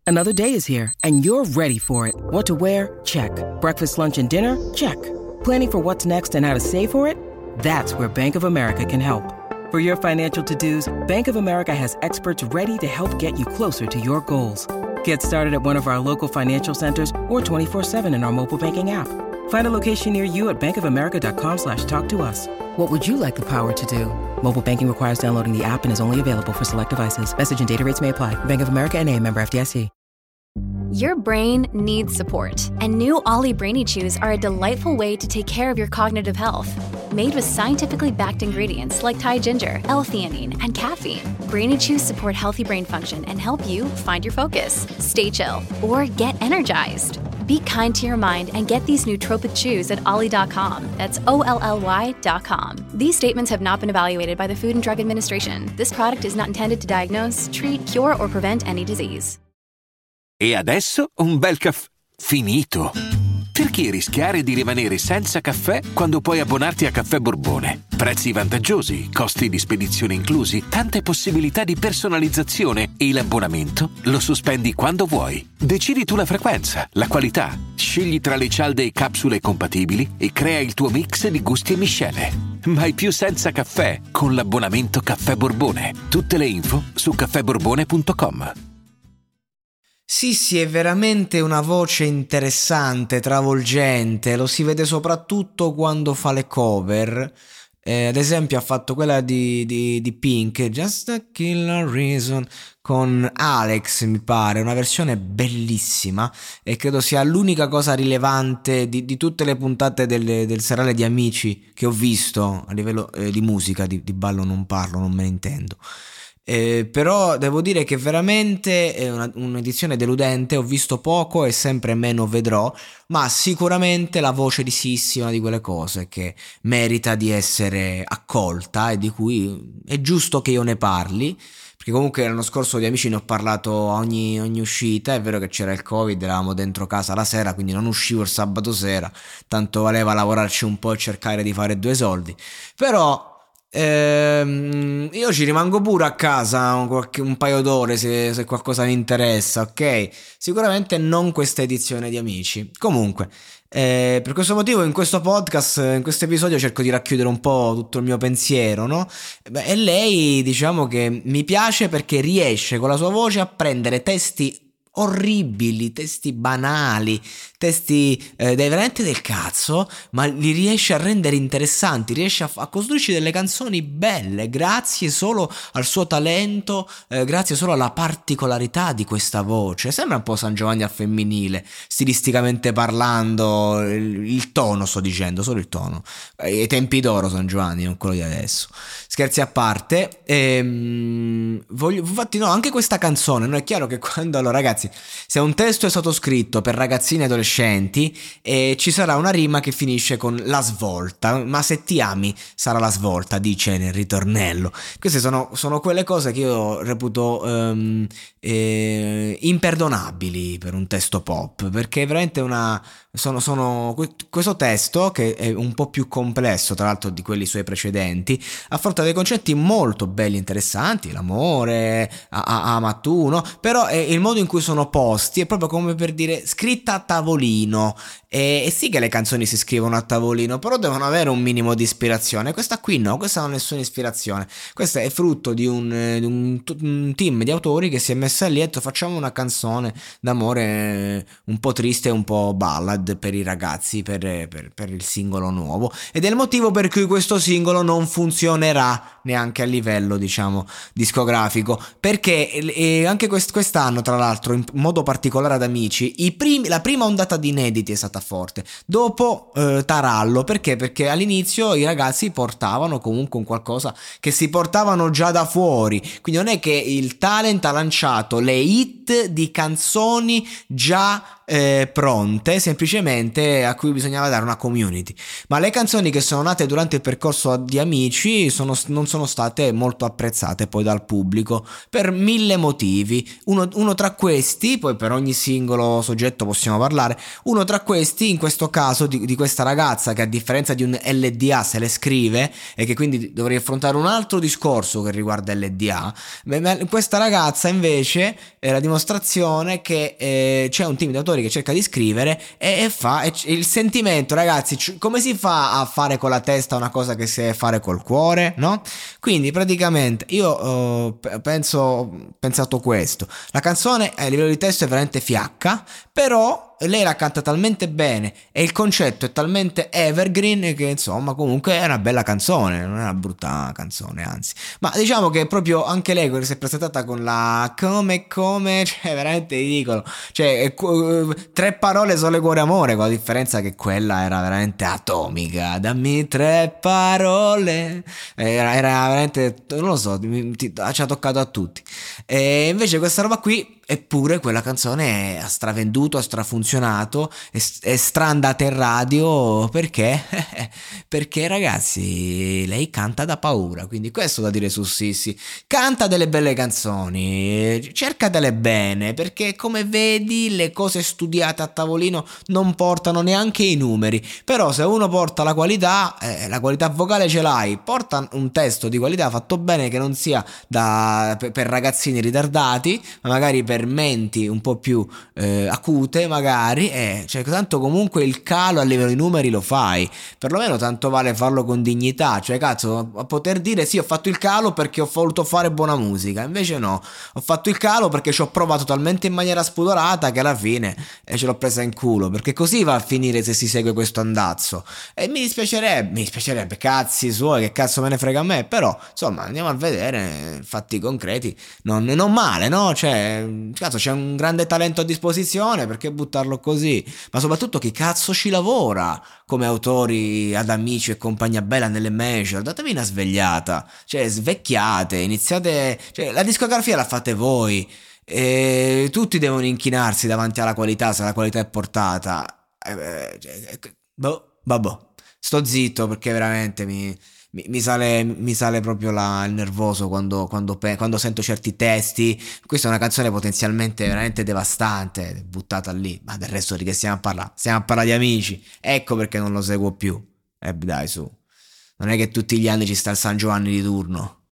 Another day is here, and you're ready for it. What to wear? Check. Breakfast, lunch, and dinner? Check. Planning for what's next and how to save for it? That's where Bank of America can help. For your financial to-dos, Bank of America has experts ready to help get you closer to your goals. Get started at one of our local financial centers or 24/7 in our mobile banking app. Find a location near you at bankofamerica.com/talktous. What would you like the power to do? Mobile banking requires downloading the app and is only available for select devices. Message and data rates may apply. Bank of America N.A., member FDIC. Your brain needs support, and new Ollie Brainy Chews are a delightful way to take care of your cognitive health. Made with scientifically backed ingredients like Thai ginger, L-theanine, and caffeine, Brainy Chews support healthy brain function and help you find your focus, stay chill, or get energized. Be kind to your mind and get these nootropic chews at ollie.com. That's OLLY.com. These statements have not been evaluated by the Food and Drug Administration. This product is not intended to diagnose, treat, cure, or prevent any disease. E adesso un bel caffè finito. Perché rischiare di rimanere senza caffè quando puoi abbonarti a Caffè Borbone? Prezzi vantaggiosi, costi di spedizione inclusi, tante possibilità di personalizzazione e l'abbonamento lo sospendi quando vuoi. Decidi tu la frequenza, la qualità, scegli tra le cialde e capsule compatibili e crea il tuo mix di gusti e miscele. Mai più senza caffè con l'abbonamento Caffè Borbone. Tutte le info su caffèborbone.com. Sì, è veramente una voce interessante, travolgente, lo si vede soprattutto quando fa le cover. Ad esempio ha fatto quella di Pink, Just a Killer Reason, con Alex, mi pare, una versione bellissima, e credo sia l'unica cosa rilevante di tutte le puntate del seriale di Amici che ho visto a livello di musica, di ballo non parlo, non me ne intendo. Però devo dire che veramente è un'edizione deludente, ho visto poco e sempre meno vedrò, ma sicuramente la voce di Sissi è una di quelle cose che merita di essere accolta e di cui è giusto che io ne parli, perché comunque l'anno scorso di Amici ne ho parlato a ogni uscita. È vero che c'era il Covid, eravamo dentro casa la sera, quindi non uscivo il sabato sera, tanto valeva lavorarci un po' e cercare di fare due soldi, però io ci rimango pure a casa un paio d'ore se qualcosa mi interessa, ok? Sicuramente non questa edizione di Amici. Comunque, per questo motivo in questo podcast, in questo episodio, cerco di racchiudere un po' tutto il mio pensiero, no? E lei, diciamo che mi piace perché riesce con la sua voce a prendere testi orribili, testi banali, testi veramente del cazzo, ma li riesce a rendere interessanti, riesce a costruirci delle canzoni belle grazie solo al suo talento, grazie solo alla particolarità di questa voce. Sembra un po' San Giovanni al femminile, stilisticamente parlando, il tono, sto dicendo, solo il tono. I tempi d'oro San Giovanni, non quello di adesso. Scherzi a parte, infatti no, anche questa canzone, no, è chiaro che quando, allora ragazzi, se un testo è stato scritto per ragazzini e adolescenti, ci sarà una rima che finisce con la svolta, ma se ti ami sarà la svolta, dice nel ritornello. Queste sono quelle cose che io reputo imperdonabili per un testo pop, perché veramente questo testo, che è un po' più complesso tra l'altro di quelli suoi precedenti, affronta dei concetti molto belli, interessanti, l'amore, ama tu, no? Però il modo in cui sono posti è proprio come per dire scritta a tavolino, e sì che le canzoni si scrivono a tavolino, però devono avere un minimo di ispirazione. Questa qui no, questa non ha nessuna ispirazione, questa è frutto di un team di autori che si è messa lì e ha detto facciamo una canzone d'amore un po' triste e un po' ballad per i ragazzi, per il singolo nuovo, ed è il motivo per cui questo singolo non funzionerà neanche a livello, diciamo, discografico, perché anche quest'anno, tra l'altro, in modo particolare ad Amici, la prima ondata di inediti è stata forte, dopo Tarallo, perché all'inizio i ragazzi portavano comunque un qualcosa che si portavano già da fuori, quindi non è che il talent ha lanciato le hit di canzoni già pronte, semplicemente a cui bisognava dare una community, ma le canzoni che sono nate durante il percorso di Amici non sono state molto apprezzate poi dal pubblico per 1000 motivi. Uno tra questi questi, poi per ogni singolo soggetto possiamo parlare, uno tra questi, in questo caso di questa ragazza che a differenza di un LDA se le scrive e che quindi dovrei affrontare un altro discorso che riguarda LDA, questa ragazza invece è la dimostrazione che c'è un team di autori che cerca di scrivere e fa il sentimento, ragazzi, come si fa a fare con la testa una cosa che si deve fare col cuore, no? Quindi praticamente io ho pensato questo, la canzone a livello di testo è veramente fiacca, però lei la canta talmente bene e il concetto è talmente evergreen che insomma comunque è una bella canzone, non è una brutta canzone, anzi. Ma diciamo che proprio anche lei si è presentata con la come, cioè veramente ridicolo, cioè 3 parole sole cuore amore, con la differenza che quella era veramente atomica, dammi 3 parole, era veramente, non lo so, ci ha toccato a tutti. E invece questa roba qui, eppure quella canzone ha stravenduto, ha strafunzionato, è straandata in radio perché? Perché ragazzi, lei canta da paura, quindi questo da dire su Sissi, canta delle belle canzoni, cercatele bene, perché come vedi le cose studiate a tavolino non portano neanche i numeri, però se uno porta la qualità vocale ce l'hai, porta un testo di qualità fatto bene che non sia per ragazzini ritardati, ma magari per menti un po' più acute magari, cioè tanto comunque il calo a livello di numeri lo fai, perlomeno tanto vale farlo con dignità, cioè cazzo, a poter dire sì, ho fatto il calo perché ho voluto fare buona musica, invece no, ho fatto il calo perché ci ho provato talmente in maniera spudorata che alla fine ce l'ho presa in culo, perché così va a finire se si segue questo andazzo, e mi dispiacerebbe, cazzi suoi, che cazzo me ne frega a me, però insomma andiamo a vedere fatti concreti, non male, no? Cioè cazzo, c'è un grande talento a disposizione, perché buttarlo così? Ma soprattutto chi cazzo ci lavora come autori ad Amici e compagnia bella nelle major? Datevi una svegliata, cioè svecchiate, iniziate, cioè la discografia la fate voi e tutti devono inchinarsi davanti alla qualità, se la qualità è portata. Vabbè, sto zitto perché veramente mi sale proprio il nervoso quando sento certi testi. Questa è una canzone potenzialmente veramente devastante, buttata lì, ma del resto di che stiamo a parlare? Stiamo a parlare di Amici, ecco perché non lo seguo più. Dai su, non è che tutti gli anni ci sta il San Giovanni di turno.